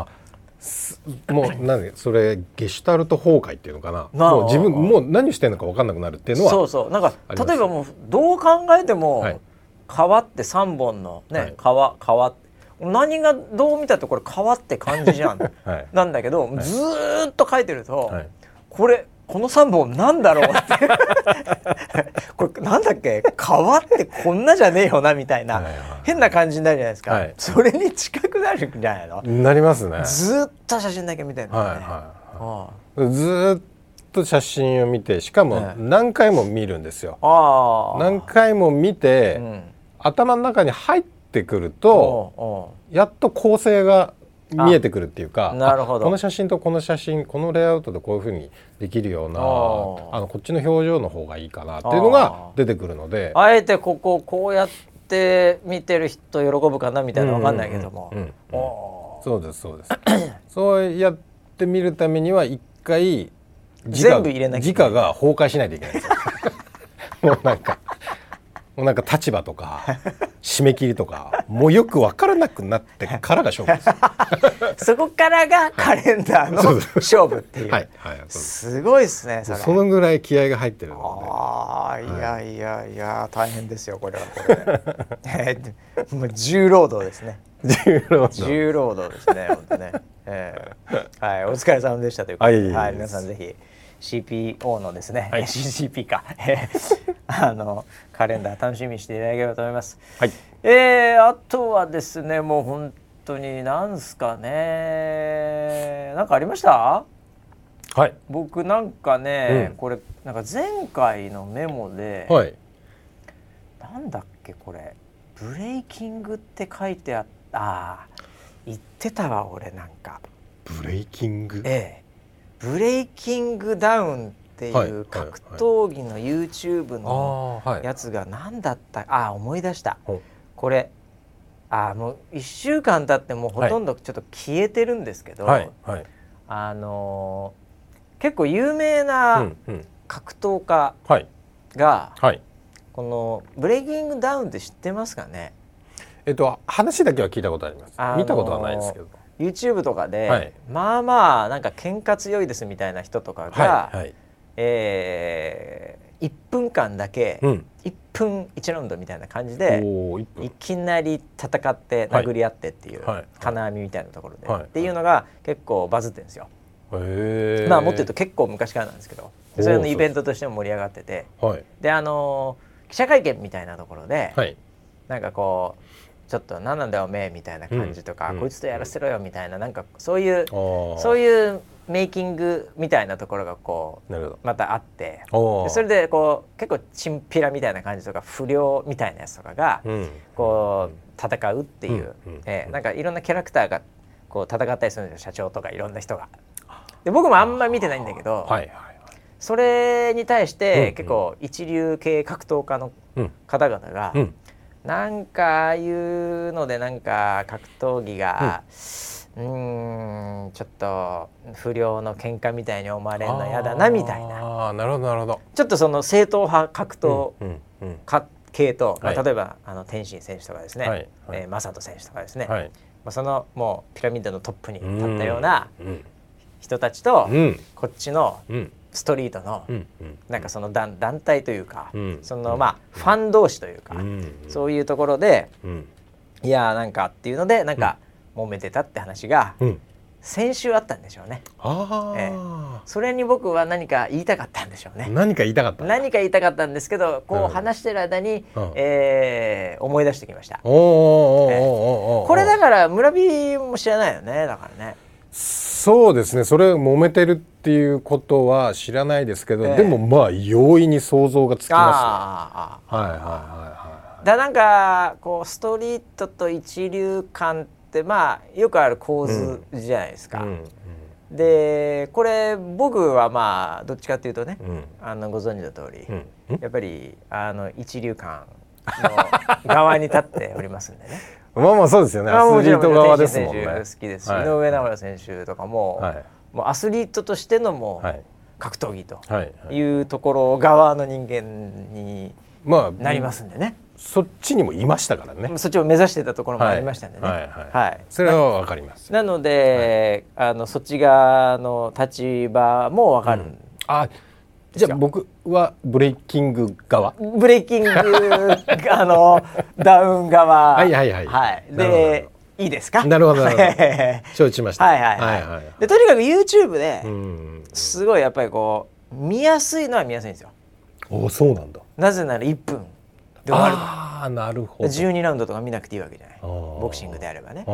もうそれゲシュタルト崩壊っていうのかな、もう自分もう何してんのか分かんなくなるっていうのは。 そうなんか例えばもうどう考えても、川って3本のね、川何がどう見たってこれ川って漢字じゃん、なんだけど、ずーっと書いてると、この3本なんだろうってこれなんだっけ、川ってこんなじゃねえよなみたいな変な感じになるじゃないですか、それに近くなるんじゃないの？ なりますね。 ずっと写真だけ見てるのね。 ずっと写真を見て、しかも何回も見るんですよ。何回も見て、頭の中に入ってくるとやっと構成が見えてくるっていうか、この写真とこの写真、このレイアウトでこういう風にできるような、こっちの表情の方がいいかなっていうのが出てくるので、 あえてこうやって見てる人喜ぶかなみたいなの分かんないけども、 そうですそうやって見るためには一回全部入れなきゃいけない。 自我が崩壊しないといけないんですよもうなんか立場とか締め切りとかもうよく分からなくなってからが勝負ですそこからがカレンダーの勝負っていう。すごいですね。 そのぐらい気合が入ってるので。いや大変ですよこれはもう重労働ですね。重労働ですね本当ね。はい、お疲れ様でしたということで、皆さんぜひCPO のですね、CCP かカレンダー楽しみにしていただければと思います。あとはですね、もう本当になんすかね、なんかありました？僕なんかね、これなんか前回のメモで、なんだっけこれブレイキングって書いてあった、言ってたわ俺なんか。 ブレイキング？ ブレイキングダウンっていう格闘技の YouTube のやつが何だった？思い出した。これもう1週間経ってもうほとんどちょっと消えてるんですけど、結構有名な格闘家がこのブレイキングダウンって知ってますかね？ 話だけは聞いたことあります。見たことはないですけど。 YouTube とかで、まあなんか喧嘩強いですみたいな人とかが、1分間だけ、1分1ラウンドみたいな感じでいきなり戦って殴り合ってっていう、金網みたいなところで、っていうのが結構バズってるんですよ。まあもっと言うと結構昔からなんですけど、それのイベントとしても盛り上がってて、で記者会見みたいなところで、なんかこうちょっと何なんだよおめえみたいな感じとか、こいつとやらせろよみたいな、なんかそういうメイキングみたいなところがこうまたあって、それでこう結構チンピラみたいな感じとか不良みたいなやつとかがこう戦うっていう、なんかいろんなキャラクターがこう戦ったりするんですよ、社長とかいろんな人が。で僕もあんま見てないんだけど、それに対して結構一流系格闘家の方々がなんかああいうのでなんか格闘技が、ちょっと不良の喧嘩みたいに思われるの嫌だなみたいな。 なるほどなるほど。 ちょっとその正統派格闘系と、例えば天心選手とかですね、正人選手とかですね、そのもうピラミッドのトップに立ったような人たちと、こっちのストリートのなんかその団体というか、そのまあファン同士というか、そういうところで、いやなんかっていうのでなんか揉めてたって話が先週あったんでしょうね。それに僕は何か言いたかったんでしょうね。 何か言いたかったんですけど、こう話してる間に思い出してきました。 これだから村人も知らないよね。だからね。 そうですね。それ揉めてるっていうことは知らないですけど、でもまあ容易に想像がつきますね。 だなんかこうストリートと一流感ってまあよくある構図じゃないですか。でこれ僕はまあどっちかっていうとね、ご存知の通り、やっぱり一流感の側に立っておりますんでね。 まあそうですよね。アスリート側ですもんね。 好きですし、井上尚弥選手とかも、もうアスリートとしてのもう格闘技というところ側の人間になりますんでね。 そっちにもいましたからね。 そっちを目指してたところもありましたんでね。 それはわかります。 なので、そっち側の立場もわかる。 じゃあ僕はブレイキング側。 ブレイキングダウン側。でいいですか。 なるほど。承知しました。 でとにかく YouTube ですごいやっぱりこう見やすいのは見やすいんですよ。 そうなんだ。 なぜなら1分で終わるの。 なるほど。 12ラウンドとか見なくていいわけじゃない。ボクシングであればね。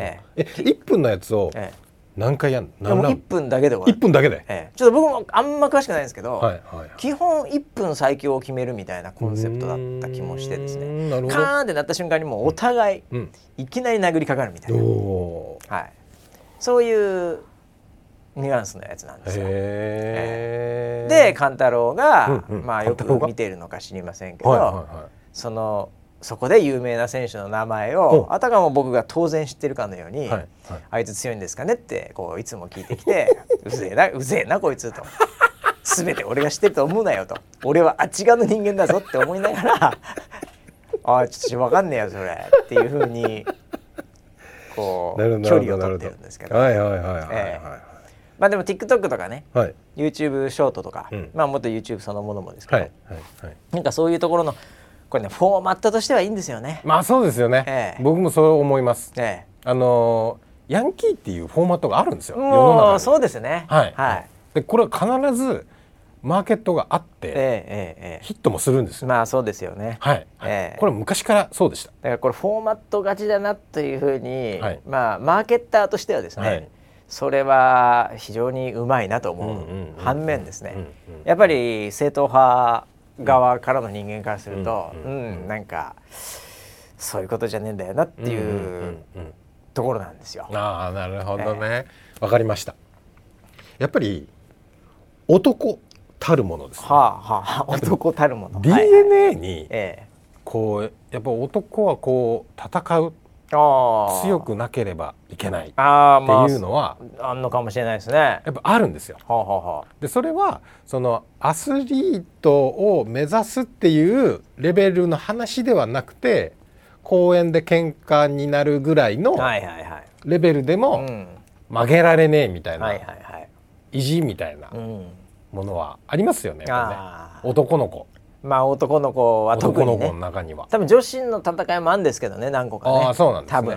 1分のやつを何回やんの？ でも1分だけで終わる。 1分だけで。 ちょっと僕もあんま詳しくないんですけど、基本1分最強を決めるみたいなコンセプトだった気もしてですね。カーンってなった瞬間にもうお互いいきなり殴りかかるみたいな。そういうニュアンスのやつなんですよ。で勘太郎がまあよく見ているのか知りませんけど、そこで有名な選手の名前をあたかも僕が当然知ってるかのように、あいつ強いんですかねってこういつも聞いてきてうぜえなこいつと、全て俺が知ってると思うなよと、俺はあっち側の人間だぞって思いながらちょっと分かんねえよそれっていうふうにこう距離を取ってるんですけど。まあでも TikTok とかね、YouTube ショートとか、まあもっと YouTube そのものもですけど、なんかそういうところのこれねフォーマットとしてはいいんですよね。 まあそうですよね。僕もそう思います。ヤンキーっていうフォーマットがあるんですよ。世の中に。 そうですね。 でこれは必ずマーケットがあってヒットもするんですよ。 まあそうですよね。 これ昔からそうでした。 だからこれフォーマット勝ちだなというふうに、まあマーケッターとしてはですね、それは非常にうまいなと思う反面ですね、やっぱり正統派側からの人間からすると、なんかそういうことじゃねえんだよなっていうところなんですよ。 なるほどね。わかりました。やっぱり男たるものですね。 男たるもの。 DNA にこうやっぱ男はこう戦う、強くなければいけないっていうのはあんのかもしれないですね。 やっぱあるんですよ。でそれはそのアスリートを目指すっていうレベルの話ではなくて、公園で喧嘩になるぐらいのレベルでも曲げられねえみたいな意地みたいなものはありますよね。男の子。 まあ男の子は特にね。 男の子の中には。 多分女子の戦いもあるんですけどね、何個かね。 そうなんですね。 多分。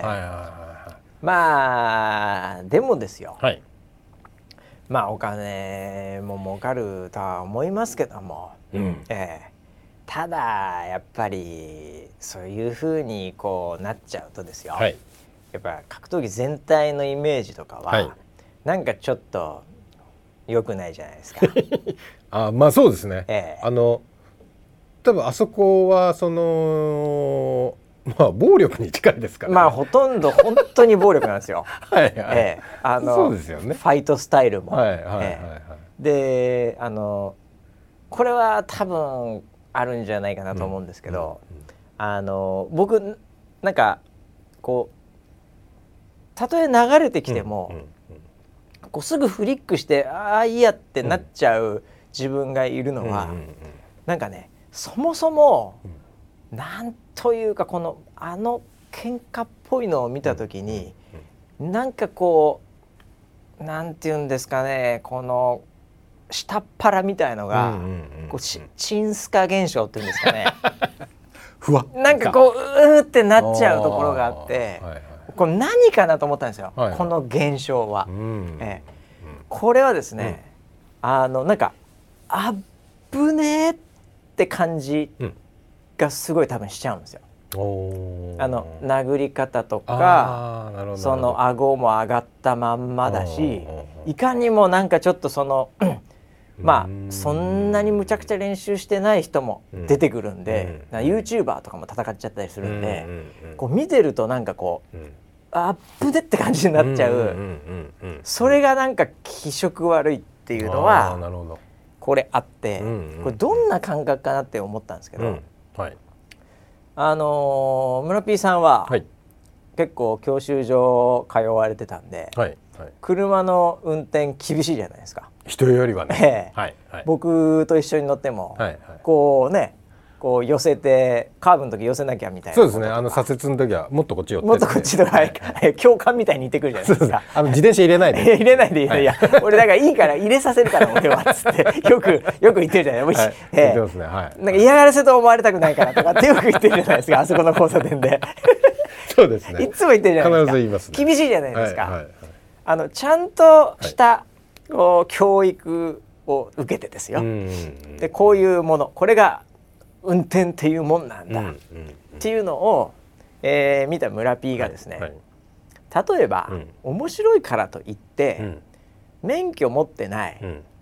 まあでもですよ。まあお金も儲かるとは思いますけども、ただやっぱりそういう風にこうなっちゃうとですよ。やっぱ格闘技全体のイメージとかはなんかちょっと良くないじゃないですか。 まあそうですね。多分あそこはそのまあ暴力に近いですからね。 まあほとんど本当に暴力なんですよ。 そうですよね。 ファイトスタイルも。でこれは多分あるんじゃないかなと思うんですけど、 僕なんかこうたとえ流れてきても、こうすぐフリックしてああいいやってなっちゃう自分がいるのは、なんかねそもそも、なんというかこの喧嘩っぽいのを見た時に、なんかこうなんていうんですかね、この下っ腹みたいのがチンスカ現象っていうんですかねふわなんかこうってなっちゃうところがあって、これ何かなと思ったんですよ、この現象は。これはですね、なんかあぶねーって感じがすごい多分しちゃうんですよ。殴り方とかその顎も上がったまんまだし、いかにもなんかちょっとそのまあそんなにむちゃくちゃ練習してない人も出てくるんで、YouTuber とかも戦っちゃったりするんで、こう見てるとなんかこうあっぶねって感じになっちゃう、それがなんか気色悪いっていうのはこれあって、これどんな感覚かなって思ったんですけど、村 P さんは結構教習所通われてたんで、車の運転厳しいじゃないですか。 人よりはね、 僕と一緒に乗っても、こうねこう寄せてカーブの時寄せなきゃみたいな。 そうですね、左折の時はもっとこっち寄って、 もっとこっちとか教官みたいに言ってくるじゃないですか。 自転車入れないで入れないで、いや俺だからいいから入れさせるから俺はっつってよく言ってるじゃないですか。なんか嫌がらせと思われたくないからとかってよく言ってるじゃないですか、あそこの交差点で。 そうですね、 いつも言ってるじゃないですか。 必ず言いますね。 厳しいじゃないですか。ちゃんとした教育を受けてですよ。でこういうもの、これが運転っていうもんなんだっていうのを見た村 P がですね、例えば面白いからといって免許持ってない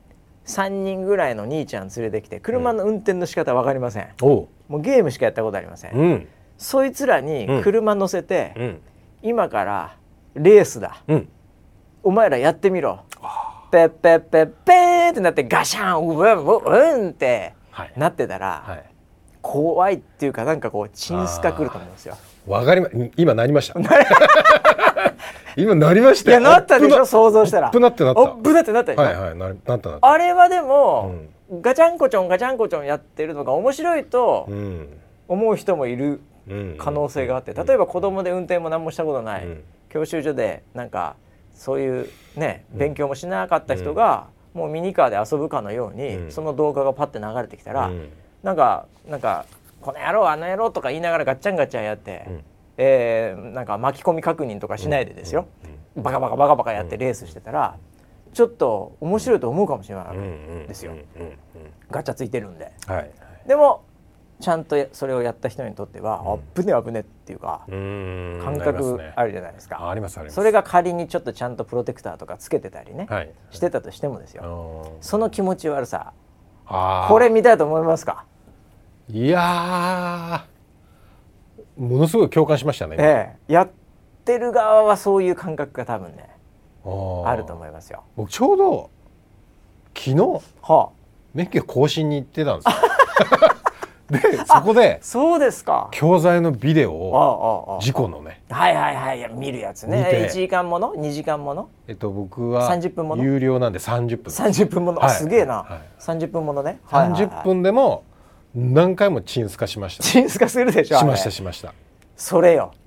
3人ぐらいの兄ちゃん連れてきて車の運転の仕方分かりません、もうゲームしかやったことありません、そいつらに車乗せて、今からレースだ、お前らやってみろ、ペッペッペッペーってなってガシャンうんってなってたら、怖いっていうか、なんかこうチンスカくると思うんですよ。 今なりました今なりましたよ。 いやなったでしょ、想像したら。 おっぶなってなった。 おっぶなってなったでしょ。 なった。 あれはでも、ガチャンコチョンガチャンコチョンやってるのが面白いと思う人もいる可能性があって、例えば子供で運転も何もしたことない、教習所でなんかそういうね勉強もしなかった人が、もうミニカーで遊ぶかのように、その動画がパッて流れてきたら、なんかこの野郎あの野郎とか言いながらガッチャンガッチャンやって、なんか巻き込み確認とかしないでですよ、バカバカやってレースしてたら、ちょっと面白いと思うかもしれないんですよ、ガチャついてるんで、でもちゃんとそれをやった人にとっては、あぶねっていうか感覚あるじゃないですか。 あります。 それが仮にちょっとちゃんとプロテクターとかつけてたりね、してたとしてもですよ、その気持ち悪さ、これ見たいと思いますか？ いやものすごい共感しましたね。 やってる側はそういう感覚が多分ねあると思いますよ。 僕ちょうど昨日、免許更新に行ってたんですよでそこでそうですか、 教材のビデオを事故のね、 見るやつね。1時間もの2時間もの、 僕は 30分もの有料なんで30分 30分もの、すげえな、30分ものね、 30分でも何回もチンスカしました。 チンスカするでしょ。 しました。 それよ。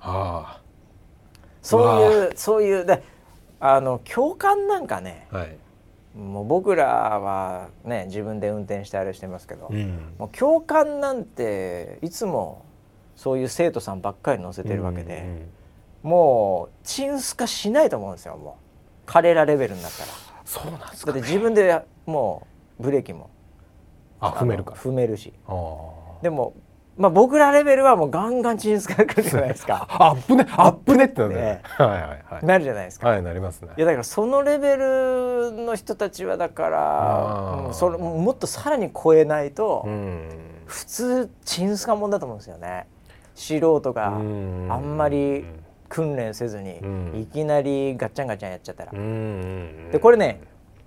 そういうで、共感なんかね、もう僕らはね自分で運転してあれしてますけど、もう共感なんていつもそういう生徒さんばっかり乗せてるわけで、もうチンスカしないと思うんですよ。もう彼らレベルになったら。 そうなんですかね。 だって自分でもうブレーキも踏めるし、でも僕らレベルはもうガンガンチンスカ来るじゃないですかアップねってなるじゃないですか。 なりますね。 いやだからそのレベルの人たちはだからそれもっとさらに超えないと、普通チンスカもんだと思うんですよね。素人があんまり訓練せずにいきなりガッチャンガチャンやっちゃったら、でこれね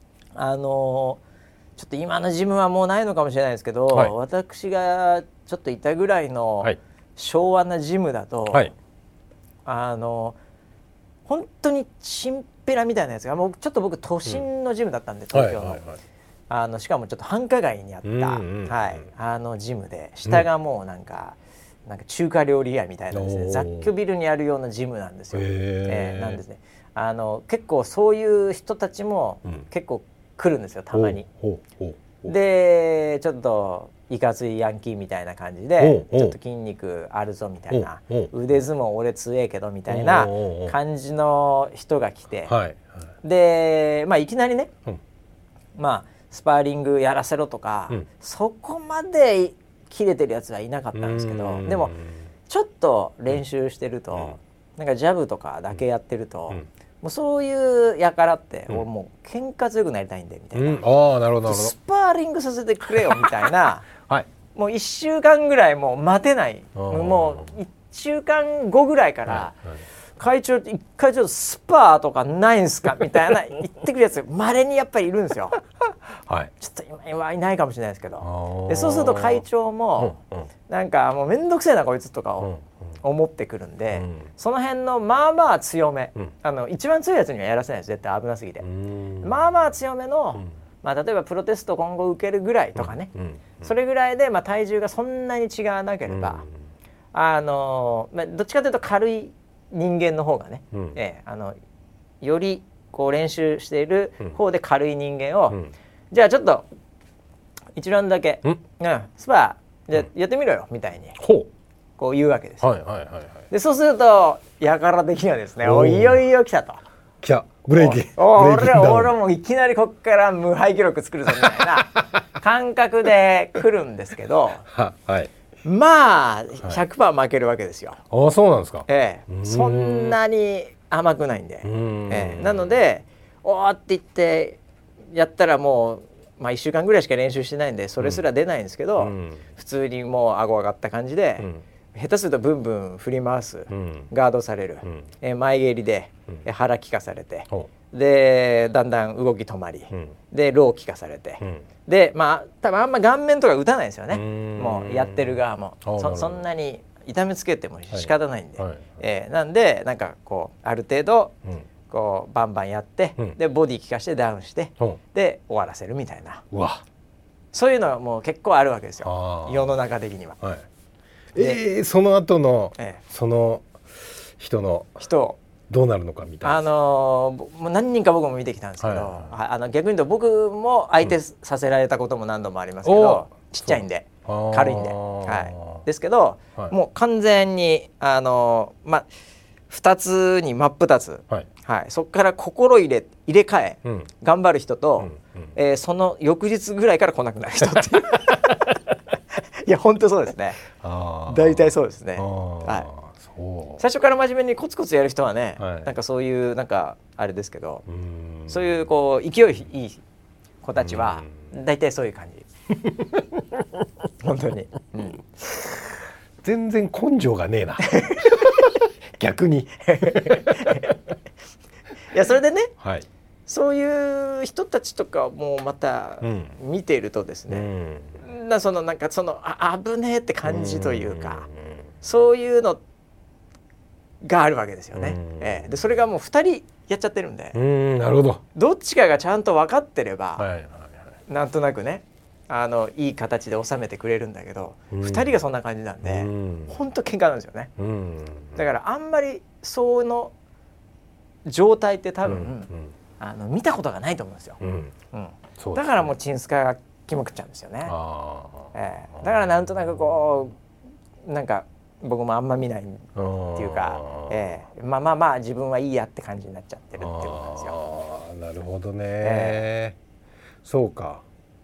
ちょっと今のジムはもうないのかもしれないですけど、私がちょっといたぐらいの昭和なジムだと、 はい、 本当にチンペラみたいなやつがもうちょっと僕都心のジムだったんで、東京の、はいはいはい、しかもちょっと繁華街にあった、はい、ジムで下がもうなんか中華料理屋みたいなですね、雑居ビルにあるようなジムなんですよ。なんですね。結構そういう人たちも結構来るんですよ、たまに。でちょっといかついヤンキーみたいな感じでちょっと筋肉あるぞみたいな、腕相撲俺強えけどみたいな感じの人が来て、でいきなりね、スパーリングやらせろとか、そこまで切れてるやつはいなかったんですけど、でもちょっと練習してると、なんかジャブとかだけやってると、もうそういうやからって、もう喧嘩強くなりたいんでみたいな、 なるほどスパーリングさせてくれよみたいな、はい、もう1週間ぐらいもう待てない、もう1週間後ぐらいから、会長一回ちょっとスパーとかないんすかみたいな言ってくるやつ稀にやっぱりいるんですよ。はい、ちょっと今はいないかもしれないですけど、でそうすると会長も、なんかもうめんどくせえなこいつとかを思ってくるんで、その辺のまあまあ強め、一番強いやつにはやらせないです、絶対危なすぎて。まあまあ強めの、例えばプロテスト今後受けるぐらいとかね、それぐらいで、体重がそんなに違わなければ、どっちかというと軽い人間の方がね、よりこう練習している方で軽い人間を、じゃあちょっと1ラウンドだけ、スパーじゃやってみろよみたいにこう言うわけです。でそうするとやから的にはですね、いよいよ来たと。 来たブレイキン。 俺もいきなりこっから無敗記録作るぞみたいな感覚で来るんですけど、まあ 100% 負けるわけですよ。 そうなんですか。 そんなに甘くないんで、なのでおーって言ってやったらもう、1週間ぐらいしか練習してないんでそれすら出ないんですけど、普通にもう顎上がった感じで、下手するとブンブン振り回す、ガードされる、前蹴りで、腹効かされて、でだんだん動き止まり、でロー効かされて、で多分あんま顔面とか打たないですよね、もうやってる側も そんなに痛めつけても仕方ないんで、なんでなんかこうある程度、こうバンバンやって、でボディ効かしてダウンして、で終わらせるみたいな、そういうのはもう結構あるわけですよ、世の中的には。 その後の、その人どうなるのかみたいな。 もう何人か僕も見てきたんですけど、逆に言うと僕も相手させられたことも何度もありますけど、ちっちゃいんで軽いんで、ですけど、もう完全に2つに真っ二つ、そこから心入れ替え、頑張る人と、その翌日ぐらいから来なくなる人っていういや本当そうですね。大体そうですね。最初から真面目にコツコツやる人はね、なんかそういうなんかあれですけど、そういうこう勢いいい子たちは大体そういう感じ本当に、 全然根性がねえな逆にいやそれでね、そういう人たちとかもまた見ているとですね、なんかその危ねえって感じというか、そういうのがあるわけですよね。でそれがもう2人やっちゃってるんで、 なるほど、 どっちかがちゃんと分かってれば、なんとなくねいい形で収めてくれるんだけど、2人がそんな感じなんで、ほんと喧嘩なんですよね。だからあんまりその状態って多分、見たことがないと思うんですよ。だからもうチンスカがキモくっちゃうんですよね。だからなんとなくこうなんか僕もあんま見ないっていうか、まあ自分はいいやって感じになっちゃってるっていうことなんですよ。 なるほどね、そうか。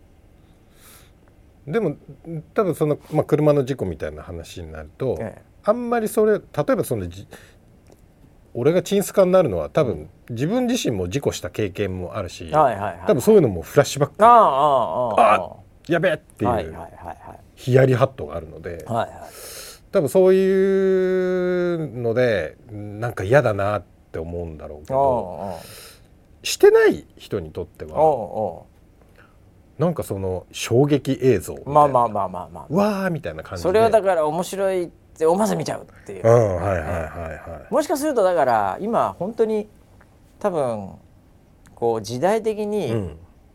でも多分その、車の事故みたいな話になると、あんまりそれ例えばその俺がチンスカになるのは多分、自分自身も事故した経験もあるし、多分そういうのもフラッシュバック、やべえっていうヒヤリハットがあるので、多分そういうのでなんか嫌だなって思うんだろうけど、してない人にとってはなんかその衝撃映像みたいな、わーみたいな感じで、 それはだから面白いで思わず見ちゃうっていう、もしかするとだから今本当に多分こう時代的に、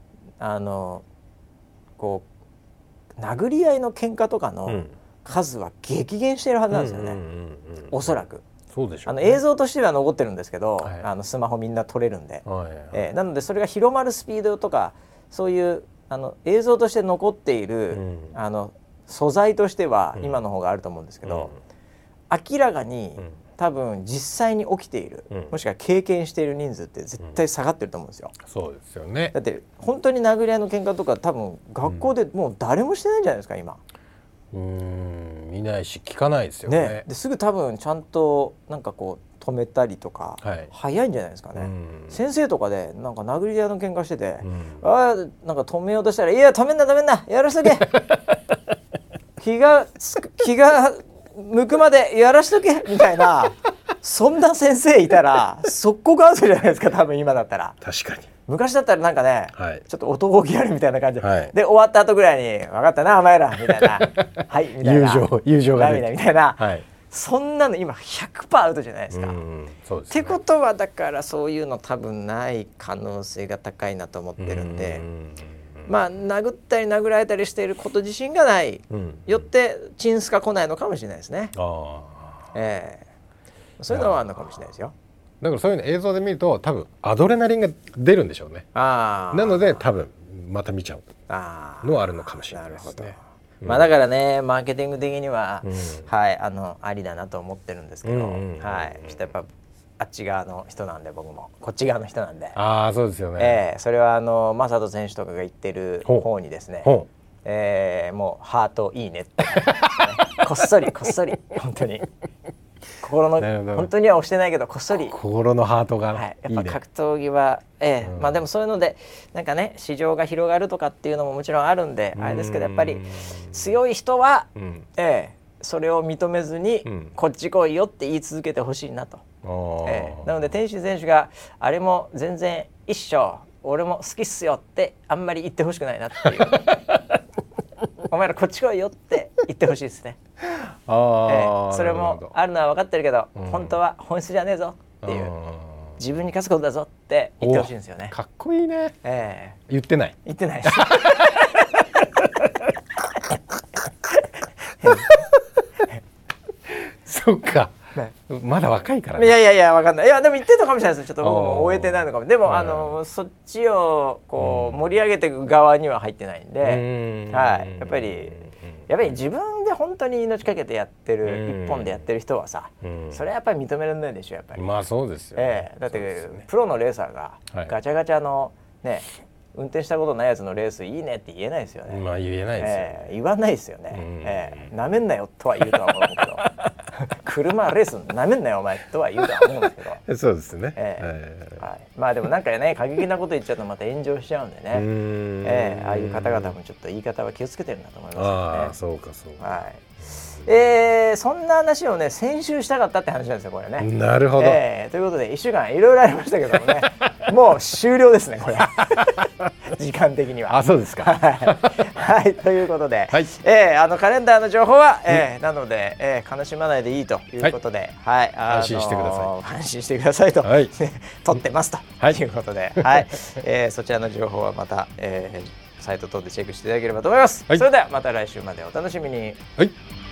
こう殴り合いの喧嘩とかの数は激減しているはずなんですよね、おそらく。 そうでしょうね。 映像としては残ってるんですけど、スマホみんな撮れるんで、なのでそれが広まるスピードとかそういう映像として残っている、素材としては今の方があると思うんですけど、明らかに多分実際に起きている、もしくは経験している人数って絶対下がってると思うんですよ。 そうですよね。 だって本当に殴り合いの喧嘩とか多分学校でもう誰もしてないんじゃないですか今。 見ないし聞かないですよね。 ですぐ多分ちゃんとなんかこう止めたりとか、早いんじゃないですかね。先生とかでなんか殴り合いの喧嘩してて、なんか止めようとしたら「いや止めんなやらしとけ気が向くまでやらしとけ」みたいなそんな先生いたら速攻アウトじゃないですか多分今だったら。確かに昔だったらなんかね、ちょっと男気あるみたいな感じで、で終わった後ぐらいに「分かったなお前ら」みたいな「はい」みたいな友情が涙みたいな、そんなの今 100% アウトじゃないですか。ってことはだからそういうの多分ない可能性が高いなと思ってるんで、まあ殴ったり殴られたりしていること自身がない、よってチンスが来ないのかもしれないですね。そういうのはあるのかもしれないですよ。 だからそういうの映像で見ると多分アドレナリンが出るんでしょうね。なので多分また見ちゃうのはあるのかもしれないですね。 まあだからねマーケティング的には、ありだなと思ってるんですけど、ちょっとやっぱあっち側の人なんで僕もこっち側の人なんで、 そうですよね。 それは正人選手とかが言ってる方にですね、もうハートいいねってこっそり本当に。心の本当には押してないけどこっそり心のハートが、 やっぱ格闘技は、まあでもそういうのでなんかね市場が広がるとかっていうのももちろんあるんであれですけど、やっぱり強い人は、それを認めずに、こっち来いよって言い続けてほしいなと。なので天心選手があれも全然一緒俺も好きっすよってあんまり言ってほしくないなっていうお前らこっち来いよって言ってほしいですね。それもあるのは分かってるけど、本当は本質じゃねえぞっていう自分に勝つことだぞって言ってほしいんですよね。 かっこいいね。言ってないですそっか、まだ若いからね。 いや分かんない。いやでも言ってたかもしれないです。ちょっと僕も終えてないのかも。でもそっちをこう盛り上げていく側には入ってないんで、やっぱり自分で本当に命かけてやってる一本でやってる人はさ、それはやっぱり認められないでしょやっぱり。 まあそうですよ、 だってプロのレーサーがガチャガチャのね運転したことないやつのレースいいねって言えないですよね。 まあ言えないですよ、 言わないですよね。なめんなよとは言うとは思うけど車レースなめんなよお前とは言うとは思うんですけどそうですね、 まあでもなんかね過激なこと言っちゃうとまた炎上しちゃうんでね、ああいう方々もちょっと言い方は気をつけてるんだと思いますそうかそうか、 そんな話をね先週したかったって話なんですよこれね。 なるほど、 ということで1週間いろいろありましたけどもねもう終了ですねこれ時間的には。 そうですかはいということで、カレンダーの情報は、なので、悲しまないでいいということで、 安心してください安心してくださいと、撮ってますということで、そちらの情報はまた、サイト等でチェックしていただければと思います。それではまた来週までお楽しみに。